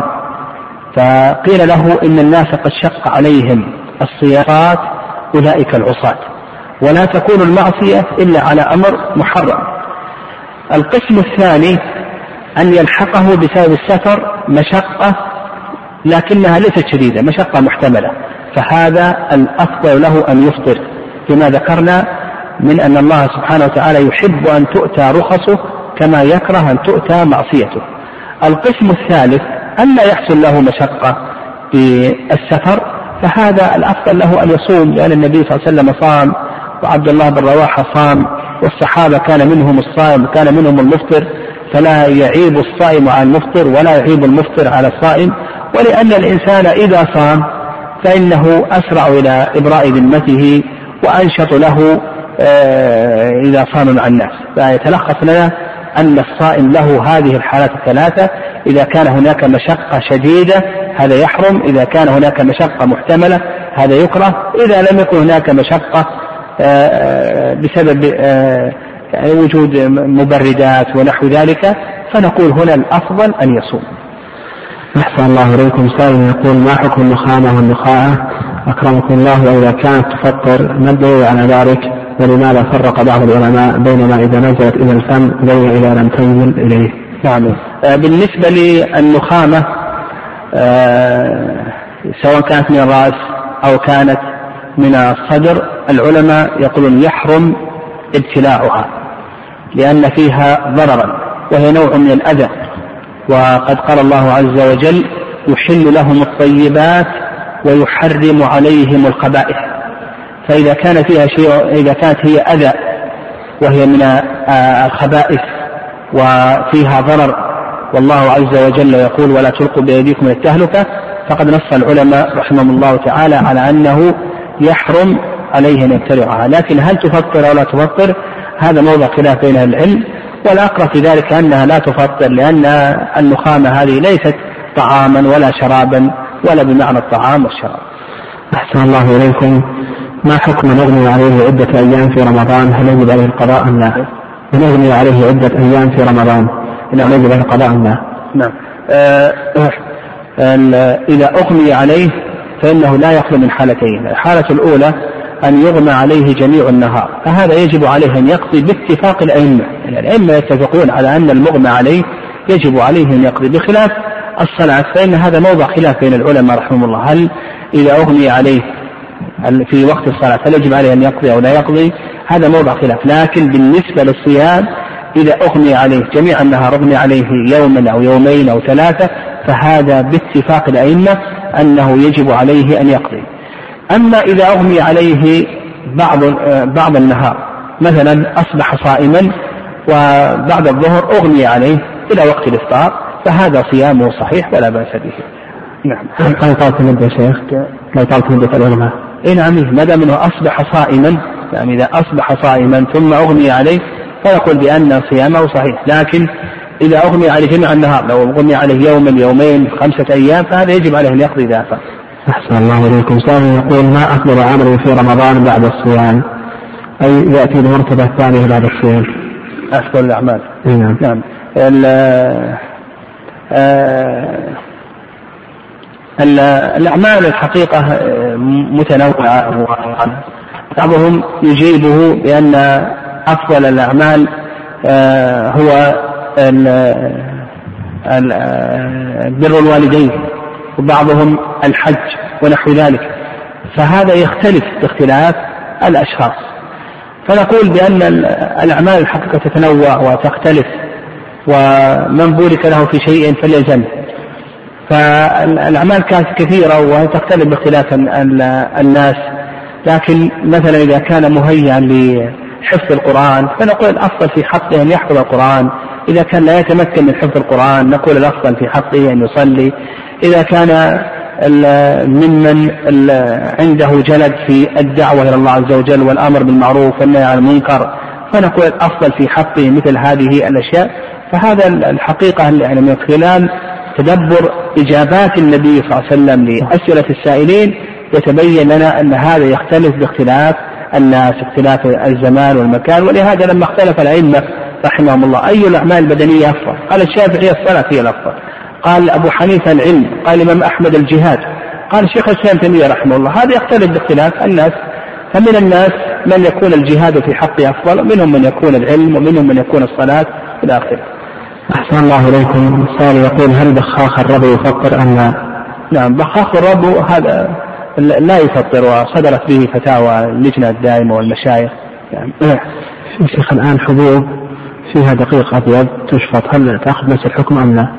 فقيل له إن الناس قد شق عليهم الصيامات أولئك العصاة ولا تكون المعصية إلا على أمر محرم. القسم الثاني أن يلحقه بسبب السفر مشقة لكنها ليست شديدة، مشقة محتملة، فهذا الأفضل له أن يفطر كما ذكرنا من أن الله سبحانه وتعالى يحب أن تؤتى رخصه كما يكره أن تؤتى معصيته. القسم الثالث أن لا يحصل له مشقة بالسفر فهذا الأفضل له أن يصوم، لأن النبي صلى الله عليه وسلم صام وعبد الله بن رواحة صام والصحابة كان منهم الصائم وكان منهم المفطر، فلا يعيب الصائم على المفطر ولا يعيب المفطر على الصائم. ولأن الإنسان إذا صام فإنه أسرع إلى إبراء ذمته وأنشط له إذا صام مع الناس. فيتلخص لنا أن الصائم له هذه الحالات الثلاثة: إذا كان هناك مشقة شديدة هذا يحرم، إذا كان هناك مشقة محتملة هذا يكره، إذا لم يكن هناك مشقة بسبب وجود مبردات ونحو ذلك فنقول هنا الأفضل أن يصوم. أحسن الله إليكم، سائل يقول ما حكم النخامة والنخاعة أكرمكم الله، وإذا كانت تفطر ما الدليل على ذلك، ولماذا فرق بعض العلماء بينما إذا نزلت إلى الفم بين إذا لم تنزل إليه؟ نعم بالنسبة للنخامة سواء كانت من الرأس أو كانت من الصدر العلماء يقولون يحرم ابتلاعها لأن فيها ضررا وهي نوع من الأذى، وقد قال الله عز وجل يحل لهم الطيبات ويحرم عليهم الخبائث. فإذا كان فيها شيء، إذا كانت هي أذى وهي من الخبائث وفيها ضرر والله عز وجل يقول ولا تلقوا بأيديكم إلى التهلكة، فقد نص العلماء رحمهم الله تعالى على أنه يحرم عليه أن يبتلعها. لكن هل تفطر أو لا تفطر هذا موضع خلاف بين العلم، والأقرب في ذلك أنها لا تفطر لأن النخامة هذه ليست طعاما ولا شرابا ولا بمعنى الطعام والشراب. أحسن الله إليكم، ما حكم من أغمي عليه عدة أيام في رمضان هل يجب عليه القضاء أم لا؟ من أغمي عليه عدة أيام في رمضان هل يجب عليه القضاء أم لا؟ نعم. آه إذا أغمي عليه فإنه لا يخلو من حالتين. الحالة الأولى أن يغمى عليه جميع النهار، فهذا يجب عليه أن يقضي باتفاق الأئمة، يعني الأئمة يتفقون على أن المغمى عليه يجب عليه أن يقضي، بخلاف الصلاة فإن هذا موضع خلاف بين العلماء رحمهم الله، هل إذا أغمي عليه في وقت الصلاة هل يجب عليه أن يقضي أو لا يقضي، هذا موضع خلاف. لكن بالنسبة للصيام إذا أغمي عليه جميع النهار، أغمي عليه يوما أو يومين أو ثلاثة، فهذا باتفاق الأئمة أنه يجب عليه أن يقضي. أما إذا أغمي عليه بعض بعض النهار، مثلا أصبح صائما وبعد الظهر أغمي عليه إلى وقت الإفطار، فهذا صيامه صحيح ولا بأس به. نعم. هل طالت مدة شيخ؟ لو طالت مدة العلماء؟ إيه نعم، ما دام أنه أصبح صائما، يعني إذا أصبح صائما ثم أغمي عليه فيقول بأن صيامه صحيح. لكن إذا أغمي عليه جميع النهار، لو أغمي عليه يوما يومين خمسة أيام، فهذا يجب عليه أن يقضي ذاته. أحسن الله إليكم. سؤال يقول: ما أفضل عمل في رمضان بعد الصيام؟ أي يأتي بمرتبة ثانية بعد الصيام. أفضل الأعمال. نعم. نعم. الأعمال الحقيقة متنوعة، بعضهم يجيبه بأن أفضل الأعمال هو بر الوالدين، وبعضهم الحج ونحو ذلك، فهذا يختلف باختلاف الأشخاص. فنقول بأن الأعمال الحقيقة تتنوع وتختلف، ومن بورك له في شيء فليزل. فالأعمال كانت كثيرة وتختلف باختلاف الناس، لكن مثلا إذا كان مهيئا لحفظ القرآن فنقول الأفضل في حقه أن يحفظ القرآن، إذا كان لا يتمكن من حفظ القرآن نقول الأفضل في حقه أن يصلي، إذا كان ممن عنده جلد في الدعوة إلى الله عز وجل والأمر بالمعروف والنهي عن المنكر فنقول الأفضل في حقه مثل هذه الأشياء. فهذا الحقيقة يعني من خلال تدبر إجابات النبي صلى الله عليه وسلم لأسئلة السائلين يتبين لنا أن هذا يختلف باختلاف الناس، اختلاف الزمان والمكان. ولهذا لما اختلف الأئمة رحمهم الله أي الأعمال البدنية أفضل، قال الشافعي الصلاة هي الأفضل، قال أبو حنيفة العلم، قال الإمام أحمد الجهاد، قال الشيخ الإسلام تيمية رحمه الله. هذا يختلف باختلاف الناس، فمن الناس من يكون الجهاد في حقه أفضل، ومنهم من يكون العلم، ومنهم من يكون الصلاة إلى آخره. أحسن الله إليكم. السؤال يقول: هل بخاخ الربو يفطر أم لا؟ نعم، بخاخ الربو هذا لا يفطر، وصدرت به فتاوى اللجنة الدائمة والمشايخ. يعني في شيخ الآن حبوب فيها دقيق أبيض تشفط، هل تأخذ نفس الحكم أم لا؟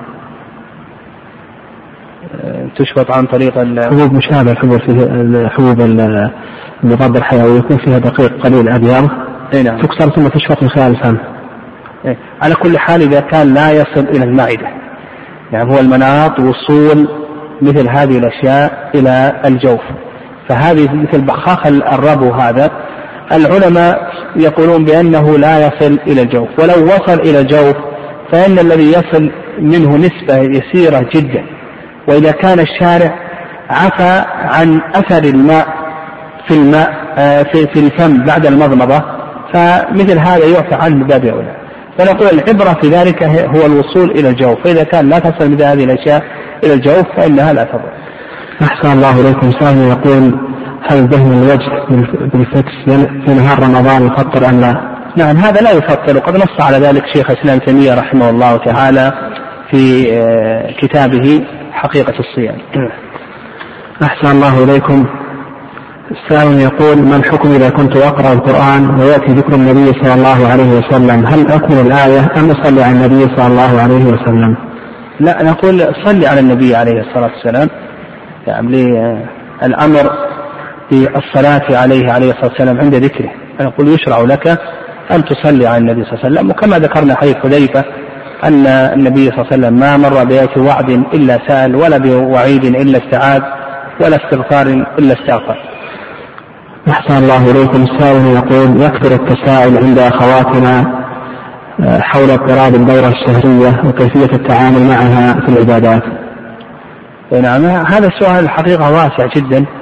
تشفط عن طريق حبوب مشابهة الحبوب في الحبوب المضاد الحيوي يكون فيها دقيق قليل أبيض نعم. تكسر ثم تشفط من خلال الفم. على كل حال إذا كان لا يصل إلى المعدة، يعني هو المناط وصول مثل هذه الأشياء إلى الجوف، فهذه مثل بخاخ الربو هذا العلماء يقولون بأنه لا يصل إلى الجوف، ولو وصل إلى الجوف فإن الذي يصل منه نسبة يسيرة جدا، وإذا كان الشارع عفى عن أثر الماء في الماء في, في الفم بعد المضمضة فمثل هذا يعفى عنه باب أولى. فنقول العبرة في ذلك هو الوصول إلى الجوف، فإذا كان لا تصل مثل هذه الأشياء إلى الجوف فإنها لا تضر. أحسن الله إليكم. سؤال يقول: هل دهن الوجه بالفتس في نهار رمضان يفطر أم لا؟ نعم، هذا لا يفطر، وقد نص على ذلك شيخ الإسلام تيمية رحمه الله تعالى في كتابه حقيقة الصيام. أحسن الله إليكم. السائل يقول: ما الحكم إذا كنت أقرأ القرآن ويأتي ذكر النبي صلى الله عليه وسلم، هل أكمل الآية أم أصلي على النبي صلى الله عليه وسلم؟ لا، نقول صلي على النبي عليه الصلاة والسلام، يعني الأمر بالصلاة عليه عليه الصلاة والسلام عند ذكره، نقول يشرع لك أن تصلي على النبي صلى الله عليه وسلم. وكما ذكرنا حديث حذيفة أن النبي صلى الله عليه وسلم ما مر بآية وعد إلا سأل، ولا بوعيد إلا استعاذ، ولا استغفار إلا استغفر. أحسن الله إليكم. السائل يقول: يكثر التساؤل عند أخواتنا حول اضطراب الدورة الشهرية وكيفية التعامل معها في العبادات. نعم، هذا السؤال الحقيقة واسع جدا،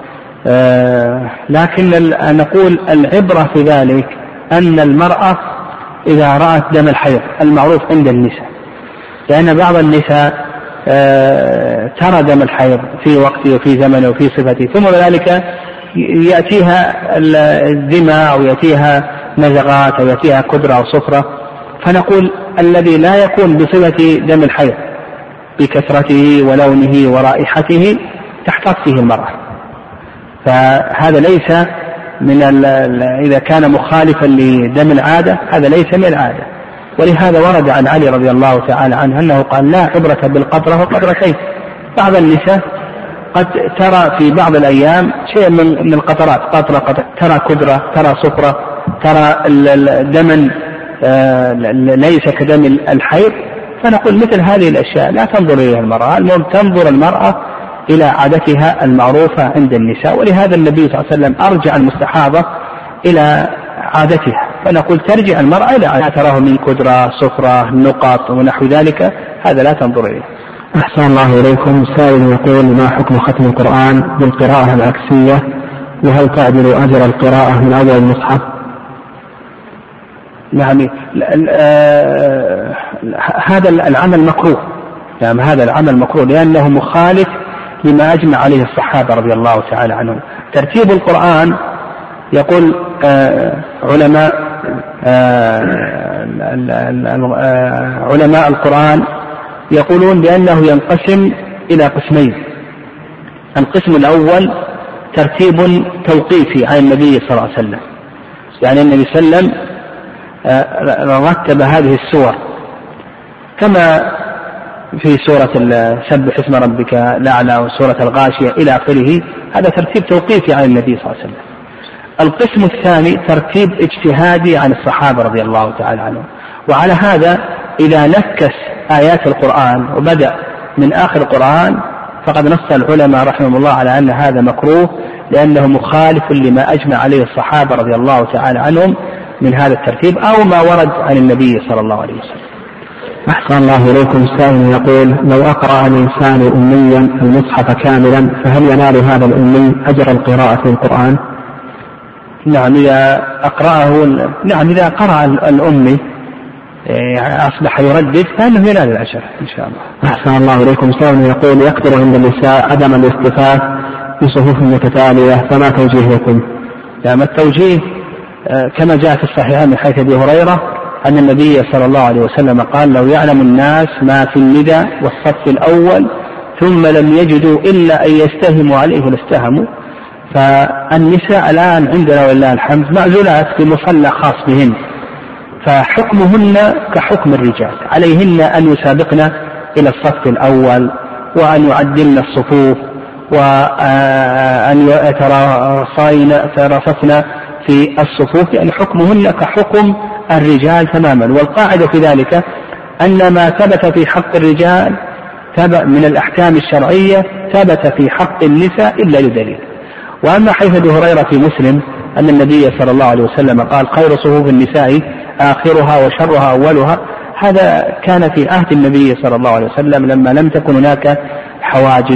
آه لكن نقول العبرة في ذلك أن المرأة إذا رأت دم الحيض المعروف عند النساء، لأن بعض النساء آه ترى دم الحيض في وقته وفي زمنه وفي صفته، ثم ذلك يأتيها الدماء أو يأتيها نزغات أو يأتيها كدرة أو صفرة، فنقول الذي لا يكون بصفة دم الحيض بكثرته ولونه ورائحته تحتاط فيه المرأة، فهذا ليس من إذا كان مخالفا لدم العادة هذا ليس من العادة. ولهذا ورد عن علي رضي الله تعالى عنه أنه قال لا عبرة بالقطرة وقطرتين. بعض النساء قد ترى في بعض الأيام شيء من القطرات، قطرة قطرة، ترى كدرة، ترى صفرة، ترى دما ليس كدم الحيض، فنقول مثل هذه الأشياء لا تنظر إليها المرأة، المهم تنظر المرأة إلى عادتها المعروفة عند النساء. ولهذا النبي صلى الله عليه وسلم أرجع المستحاضة إلى عادتها، فنقول ترجع المرأة إلى عادتها، تراه من كدرة صفرة نقط ونحو ذلك، هذا لا تنظر إليه. أحسن الله إليكم. سائل يقول ما حكم ختم القرآن بالقراءة العكسية، وهل تعدل أجر القراءة من أول المصحف؟ نعم هذا العمل مكروه، نعم هذا العمل مكروه لأنه مخالف لما أجمع عليه الصحابة رضي الله تعالى عنهم. ترتيب القرآن يقول آه علماء آه علماء القرآن يقولون بأنه ينقسم إلى قسمين. القسم الأول ترتيب توقيفي عن النبي صلى الله عليه وسلم، يعني النبي صلى الله عليه وسلم آه رتب هذه السور كما في سورة سبح اسم ربك الأعلى وسورة الغاشية إلى آخره، هذا ترتيب توقيفي عن النبي صلى الله عليه وسلم. القسم الثاني ترتيب اجتهادي عن الصحابة رضي الله تعالى عنهم، وعلى هذا إذا نكس آيات القرآن وبدأ من آخر القرآن فقد نص العلماء رحمهم الله على أن هذا مكروه، لأنه مخالف لما أجمع عليه الصحابة رضي الله تعالى عنهم من هذا الترتيب أو ما ورد عن النبي صلى الله عليه وسلم. أحسن الله إليكم. سائل يقول لو أقرأ الإنسان أميا المصحف كاملا فهل ينال هذا الأمي أجر القراءة القرآن؟ نعم إذا أقرأه نعم إذا قرأ الأمي أصبح يردد فإنه ينال الأجر إن شاء الله. أحسن الله إليكم. سائل يقول يكثر عند النساء عدم الاصطفاف في صفوف متتالية، فما توجيهكم؟ نعم التوجيه كما جاء في الصحيحين من حيث أبي هريرة أن النبي صلى الله عليه وسلم قال لو يعلم الناس ما في الندى والصف الأول ثم لم يجدوا إلا أن يستهموا عليه لاستهموا. فالنساء الآن عندنا ولله الحمد معزولات في مصلى خاص بهن، فحكمهن كحكم الرجال، عليهن أن يسابقن إلى الصف الأول وأن يعدلن الصفوف وأن يتراصفن في الصفوف، يعني حكمهن كحكم الرجال تماما. والقاعدة في ذلك أن ما ثبت في حق الرجال من الأحكام الشرعية ثبت في حق النساء إلا لدليل. وأما حيث أبي هريرة في مسلم أن النبي صلى الله عليه وسلم قال خير صفوف النساء آخرها وشرها أولها، هذا كان في عهد النبي صلى الله عليه وسلم لما لم تكن هناك حواجز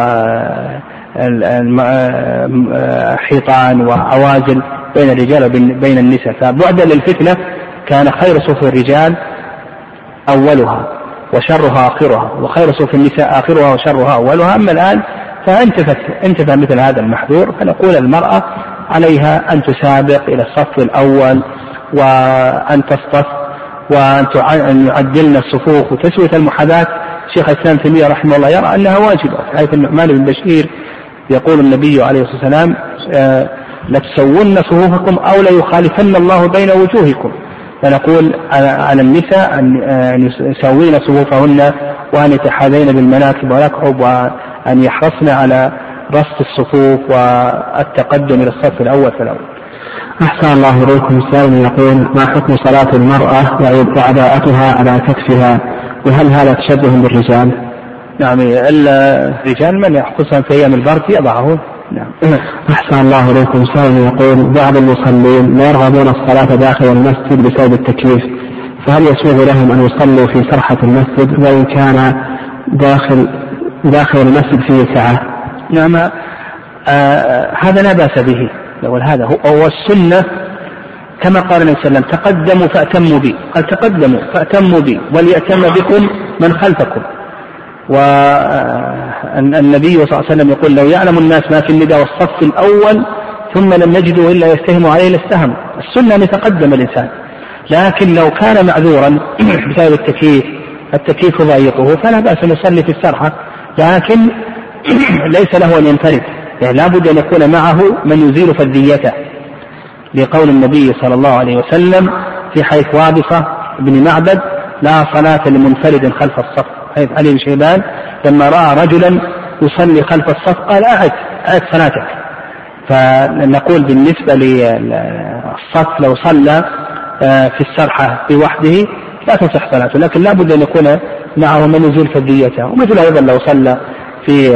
وحيطان وعوازل بين الرجال وبين النساء، فبعدا للفتنة كان خير صفوف الرجال أولها وشرها آخرها وخير صفوف النساء آخرها وشرها أولها. أما الآن فانتفت انتفى مثل هذا المحذور، فنقول المرأة عليها أن تسابق إلى الصف الأول وأن تصطف وأن يعدلن الصفوف وتسوية المحاذاة. شيخ الإسلام تيمية رحمه الله يرى أنها واجبة، حيث النعمان بن بشير يقول النبي عليه الصلاة والسلام لتسون صفوفكم أو ليخالفن الله بين وجوهكم. فنقول على النساء أن يسوين صفوفهن وأن يتحاذين بالمناكب ويقعب وأن يحرصن على رصد الصفوف والتقدم إلى الصف الأول فالأول. أحسن الله إليكم. سائل يقول ما حكم صلاة المرأة وعباءتها على كتفها، وهل هذا تشبه بالرجال؟ نعم الرجال من يحفظها في أيام البرد يضعه. نعم. أحسن الله إليكم. سائل يقول بعض المصلين لا يرغبون الصلاة داخل المسجد بسبب التكييف، فهل يسوغ لهم أن يصلوا في سرحة المسجد وإن كان داخل داخل المسجد فيه سعة؟ نعم آه هذا لا بأس به. يقول هذا هو السنة كما قال النبي صلى الله عليه وسلم تقدموا فأتموا بي، قال تقدموا فأتموا بي وليأتم بكم من خلفكم. والنبي صلى الله عليه وسلم يقول لو يعلم الناس ما في النداء والصف الأول ثم لم يجدوا إلا يستهموا عليه لاستهموا. السنة أن يتقدم الإنسان، لكن لو كان معذورا بسبب التكييف التكييف يضايقه فلا بأس أن يصلي في السرحة، لكن ليس له أن ينفرد، يعني لا بد أن يكون معه من يزيل فذيته، لقول النبي صلى الله عليه وسلم في حيث وابصة بن معبد لا صلاة لمنفرد خلف الصف، حيث علي بن شيبان لما رأى رجلا يصلي خلف الصف قال أعد أعد صلاتك. فنقول بالنسبة للصف لو صلى في السرحة بوحده لا تصح صلاته، لكن لا بد أن يكون معه من يزيل فذيته. ومثل أيضا لو صلى في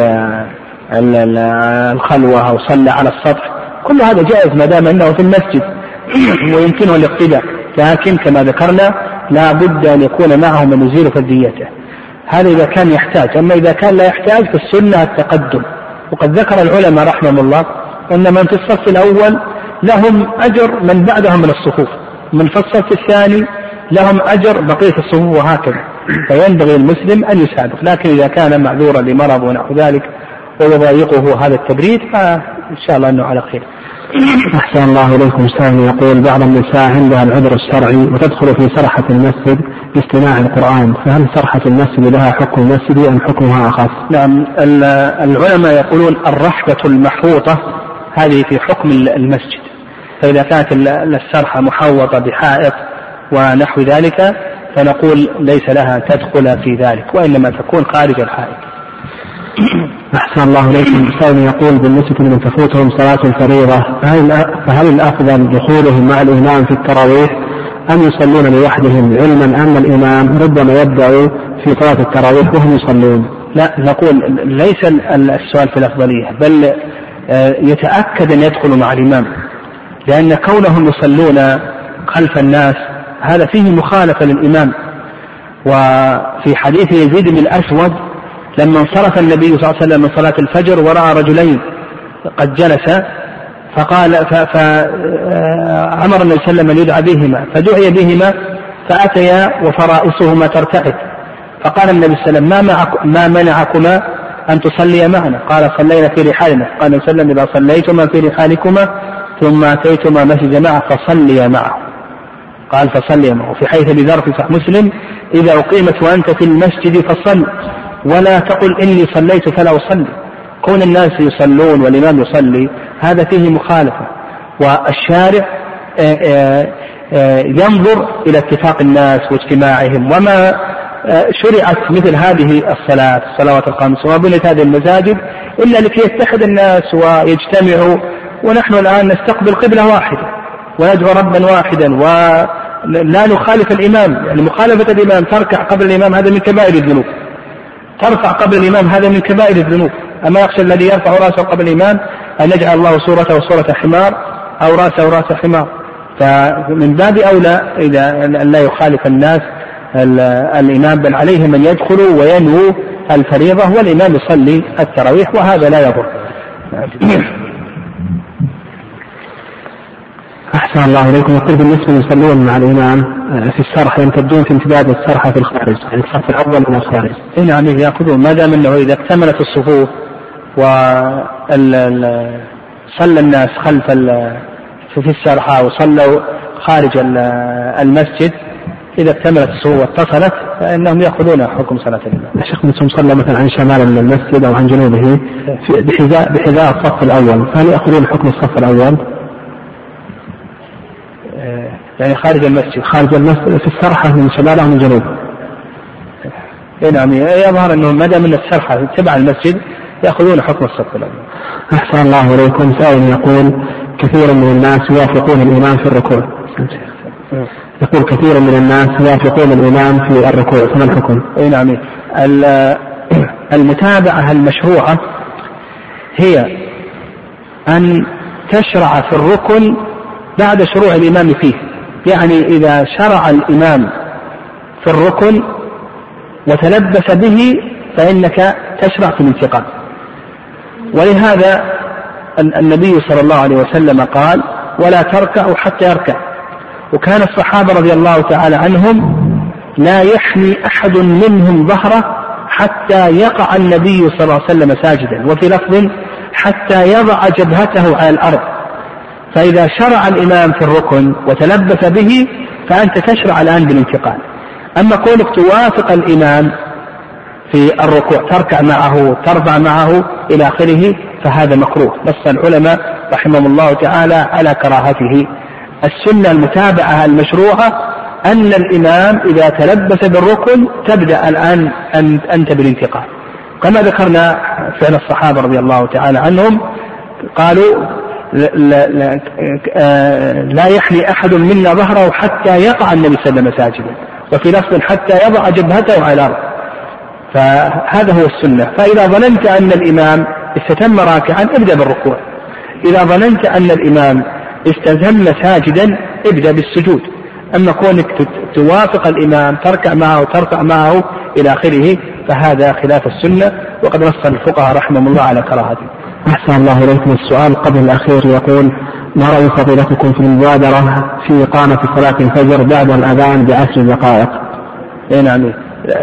الخلوة أو صلى على السطح، كل هذا جائز ما دام أنه في المسجد ويمكنه الاقتداء، لكن كما ذكرنا لا بد أن يكون معه من يزيل فذيته. هذا إذا كان يحتاج. أما إذا كان لا يحتاج فالسنة التقدم. وقد ذكر العلماء رحمهم الله أن من في الصف الأول لهم أجر من بعدهم من الصفوف، من في الصف الثاني لهم أجر بقية الصفوف، وهكذا. فينبغي المسلم أن يساعده، لكن إذا كان معذورا لمرض ونحو ذلك ويضايقه هذا التبريد فإن شاء الله أنه على خير. أحسن الله إليكم. سائل يقول بعض النساء عندها العذر الشرعي وتدخل في سرحة المسجد باستماع القرآن، فهل سرحة المسجد لها حكم المسجد أم حكمها أخف؟ نعم، العلماء يقولون الرحبة المحوطة هذه في حكم المسجد، فإذا كانت السرحة محوطة بحائط ونحو ذلك فنقول ليس لها تدخل في ذلك، وإنما تكون خارج الحائط. أحسن الله إليكم. سائل يقول بالنسبة لمن تفوتهم صلاة الفريضة فهل الأفضل دخولهم مع الإمام في التراويح أم يصلون لوحدهم، علما أن الإمام ربما يبدأ في صلاة التراويح وهم يصلون؟ لا، نقول ليس السؤال في الأفضلية، بل يتأكد أن يدخلوا مع الإمام، لأن كونهم يصلون خلف الناس هذا فيه مخالفة للإمام. وفي حديث يزيد بن الأسود لما انصرف النبي صلى الله عليه وسلم من صلاة الفجر ورأى رجلين قد جلس فقال فأمر النبي صلى الله عليه وسلم أن يدعى بهما، فدعي بهما فأتيا وفرائصهما ترتعد، فقال النبي صلى الله عليه وسلم ما منعكما أن تصلي معنا؟ قال صلينا في رحالنا. قال النبي صلى الله عليه وسلم إذا صليتما في رحالكما ثم أتيتما مسجد معه فصليا معه. قال فصليا معه. في حيث بذر في صحيح مسلم إذا أقيمت وأنت في المسجد فصل ولا تقل إني صليت فلا أصلي. كون الناس يصلون والإمام يصلي هذا فيه مخالفة، والشارع ينظر إلى اتفاق الناس واجتماعهم، وما شرعت مثل هذه الصلاة الصلوات الخمس وما بنيت هذه المساجد إلا لكي يتحد الناس ويجتمعوا، ونحن الآن نستقبل قبلة واحدة وندعو ربا واحدا ولا نخالف الإمام. يعني مخالفة الإمام تركع قبل الإمام هذا من كبائر الذنوب، ترفع قبل الإمام هذا من كبائر الذنوب. أما يخشى الذي يرفع رأسه قبل الإمام أن يجعل الله صورته صورة حمار أو رأسه رأس حمار. فمن باب أولى إذا لا يخالف الناس الإمام، بل عليهم أن يدخلوا وينووا الفريضة والإمام يصلي التراويح، وهذا لا يضر. أحسن الله إليكم. يقول بالنسبة يصلون مع الإمام في السرح يمتدون في امتداد السرحة في الخارج، يعني الصف الأول من الخارج. نعم يأخذون ما دام أنه إذا اكتملت الصفوف وصلى الناس خلف في السرحة وصلوا خارج المسجد إذا اكتملت الصفوف واتصلت فإنهم يأخذون حكم صلاة الإمام. الشيخ مثل صلى مثلا عن شمال من المسجد أو عن جنوبه بحذاء بحذاء الصف الأول، فهل يأخذون حكم الصف الأول؟ يعني خارج المسجد خارج المسجد في السرحة من شماله من جنوب. نعم يظهر أنه ما دام من السرحة تبع المسجد يأخذون حكم الصف الأول. أحسن الله إليكم. سائل يقول كثير من الناس يوافقون الإمام في الركوع. يقول كثير من الناس يوافقون الإمام في الركوع، فما الحكم؟ نعم المتابعة المشروعة هي أن تشرع في الركن بعد شروع الإمام فيه. يعني إذا شرع الإمام في الركن وتلبس به فإنك تشرع في الانتقال. ولهذا النبي صلى الله عليه وسلم قال ولا تركعوا حتى يركع. وكان الصحابة رضي الله تعالى عنهم لا يحني أحد منهم ظهره حتى يقع النبي صلى الله عليه وسلم ساجدا، وفي لفظ حتى يضع جبهته على الأرض. فإذا شرع الإمام في الركن وتلبس به فأنت تشرع الآن بالانتقال. أما كونك توافق الإمام في الركوع تركع معه ترفع معه إلى آخره فهذا مكروه، نص العلماء رحمهم الله تعالى على كراهته. السنة المتابعة المشروعة أن الإمام إذا تلبس بالركن تبدأ الآن أنت بالانتقال، كما ذكرنا فعل الصحابة رضي الله تعالى عنهم قالوا لا, لا, لا يحني أحد منا ظهره حتى يقع النبي صلى الله عليه وسلم ساجدا، وفي لفظ حتى يضع جبهته على الأرض. فهذا هو السنة. فإذا ظننت أن الإمام استتم راكعا ابدأ بالركوع، إذا ظننت أن الإمام استتم ساجدا ابدأ بالسجود. أما كونك توافق الإمام تركع معه وترفع معه إلى آخره فهذا خلاف السنة، وقد نص الفقهاء رحمهم الله على كراهته. أحسن الله إليكم. السؤال قبل الأخير يقول: ما رأي فضيلتكم في المبادرة في إقامة صلاة الفجر بعد الأذان بعشر دقائق؟ نعم،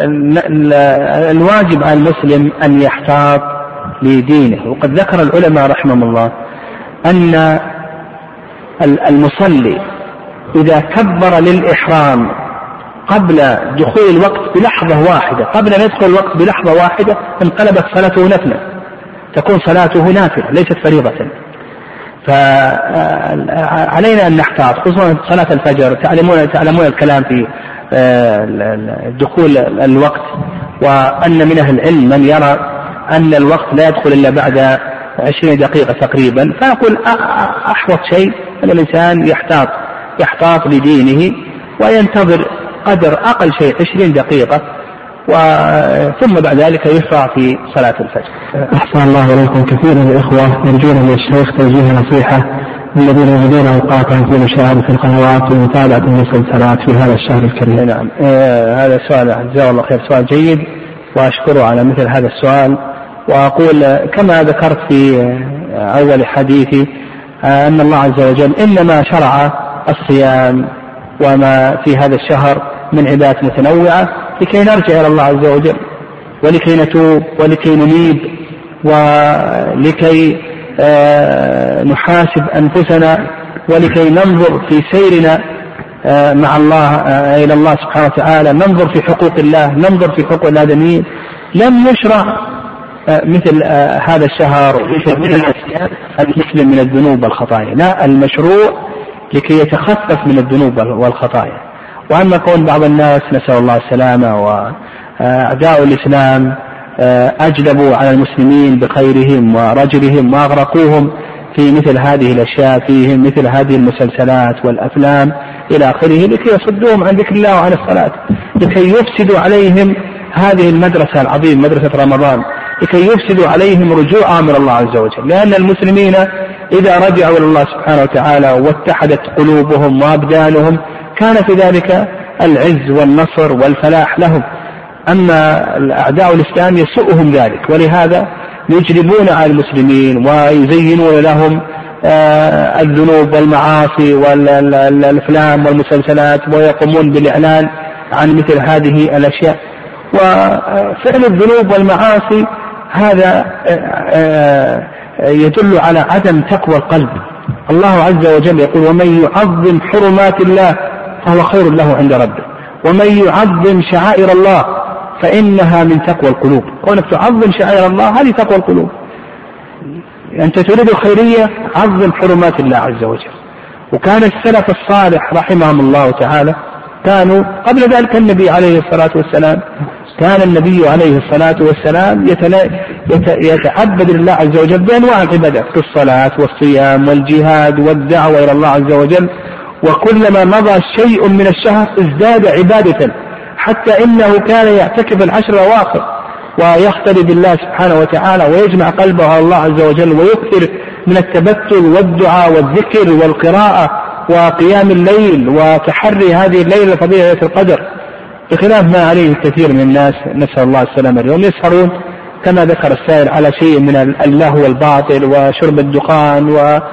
الواجب على المسلم أن يحتاط لدينه. وقد ذكر العلماء رحمهم الله أن المصلي إذا كبر للإحرام قبل دخول الوقت بلحظة واحدة، قبل أن يدخل الوقت بلحظة واحدة انقلبت صلاته نفلة، تكون صلاته نافلة ليست فريضة. فعلينا أن نحتاط خصوصا صلاة الفجر. تعلمون تعلمون الكلام في دخول الوقت، وأن من أهل العلم من يرى أن الوقت لا يدخل إلا بعد عشرين دقيقة تقريبا. فأقول أحوط شيء أن الإنسان يحتاط يحتاط لدينه وينتظر قدر أقل شيء عشرين دقيقة، ثم بعد ذلك يشرع في صلاة الفجر. أحسن الله إليكم. كثير من الإخوة يرجون من الشيخ توجيه نصيحة الذين يجدون أوقاتهم في مشاهدة القنوات ومتابعة المسلسلات في هذا الشهر الكريم. نعم، آه هذا سؤال جزاه الله خير، سؤال جيد وأشكره على مثل هذا السؤال. وأقول كما ذكرت في أول حديثي آه أن الله عز وجل إنما شرع الصيام وما في هذا الشهر من عبادات متنوعة لكي نرجع إلى الله عز وجل، ولكي نتوب، ولكي ننيب، ولكي آه نحاسب أنفسنا، ولكي ننظر في سيرنا آه مع الله آه إلى الله سبحانه وتعالى، ننظر في حقوق الله، ننظر في حقوق الآدميين. لم يشرع آه مثل آه هذا الشهر مثل الأشياء المسلم من الذنوب والخطايا، لا، المشروع لكي يتخفف من الذنوب والخطايا. وأما كون بعض الناس نسأل الله السلامة وأعداء الإسلام أجلبوا على المسلمين بخيرهم ورجلهم وأغرقوهم في مثل هذه الأشياء، فيهم مثل هذه المسلسلات والأفلام إلى آخره، لكي يصدوهم عن ذكر الله وعن الصلاة، لكي يفسدوا عليهم هذه المدرسة العظيمة مدرسة رمضان، لكي يفسدوا عليهم رجوعا من الله عز وجل. لأن المسلمين إذا رجعوا إلى الله سبحانه وتعالى واتحدت قلوبهم وأبدانهم كان في ذلك العز والنصر والفلاح لهم. أما أعداء الإسلام يسوءهم ذلك، ولهذا يجلبون على المسلمين ويزينون لهم آه الذنوب والمعاصي والأفلام والمسلسلات، ويقومون بالإعلان عن مثل هذه الأشياء. وفعل الذنوب والمعاصي هذا آه آه يدل على عدم تقوى القلب. الله عز وجل يقول: ومن يعظم حرمات الله فهو خير له عند ربه، ومن يعظم شعائر الله فإنها من تقوى القلوب. كونك تعظم شعائر الله هذه تقوى القلوب. أنت تريد الخيرية، عظم حرمات الله عز وجل. وكان السلف الصالح رحمهم الله تعالى كانوا قبل ذلك النبي عليه الصلاة والسلام كان النبي عليه الصلاة والسلام يتعبد لله عز وجل بأنواع العبادات كالصلاة والصيام والجهاد والدعوة إلى الله عز وجل. وكلما مضى شيء من الشهر ازداد عبادة، حتى إنه كان يعتكف العشر الأواخر ويختلي بالله سبحانه وتعالى ويجمع قلبه على الله عز وجل، ويكثر من التبتل والدعاء والذكر والقراءة وقيام الليل وتحري هذه الليلة فضيلة القدر، بخلاف ما عليه الكثير من الناس نسأل الله السلامة. اليوم يسهرون كما ذكر السائل على شيء من اللهو والباطل وشرب الدخان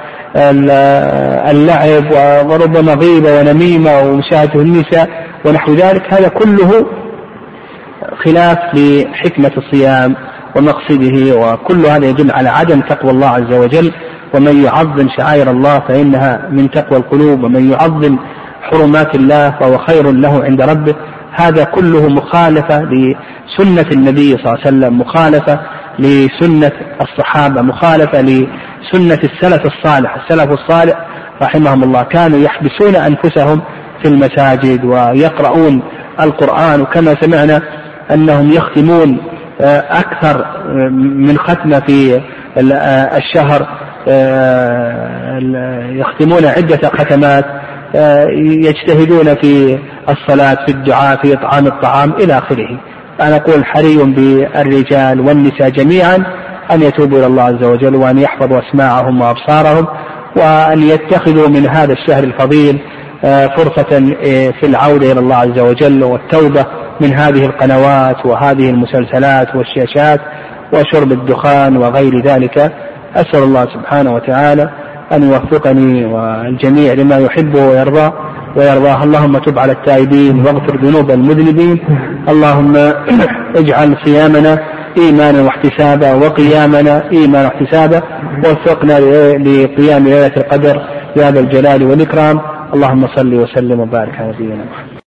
واللعب وربما غيبة ونميمة ومشاهدة النساء ونحو ذلك، هذا كله خلاف لحكمة الصيام ومقصده، وكل هذا يدل على عدم تقوى الله عز وجل. ومن يعظم شعائر الله فإنها من تقوى القلوب، ومن يعظم حرمات الله فهو خير له عند ربه. هذا كله مخالفة لسنة النبي صلى الله عليه وسلم، مخالفة لسنة الصحابة، مخالفة لسنة السلف الصالح. السلف الصالح رحمهم الله كانوا يحبسون أنفسهم في المساجد ويقرؤون القرآن، وكما سمعنا أنهم يختمون أكثر من ختمة في الشهر، يختمون عدة ختمات، يجتهدون في الصلاة، في الدعاء، في إطعام الطعام إلى آخره. أنا أقول حري بالرجال والنساء جميعا أن يتوبوا إلى الله عز وجل، وأن يحفظوا أسماعهم وأبصارهم، وأن يتخذوا من هذا الشهر الفضيل فرصة في العودة إلى الله عز وجل والتوبة من هذه القنوات وهذه المسلسلات والشاشات وشرب الدخان وغير ذلك. أسأل الله سبحانه وتعالى أن يوفقني والجميع لما يحبه ويرضاه ويرضاه. اللهم تب على التائبين واغفر ذنوب المذنبين. اللهم اجعل صيامنا إيمانا واحتسابا وقيامنا إيمانا واحتسابا، ووفقنا لقيام ليلة القدر يا ذا الجلال والإكرام. اللهم صل وسلم وبارك على نبينا محمد.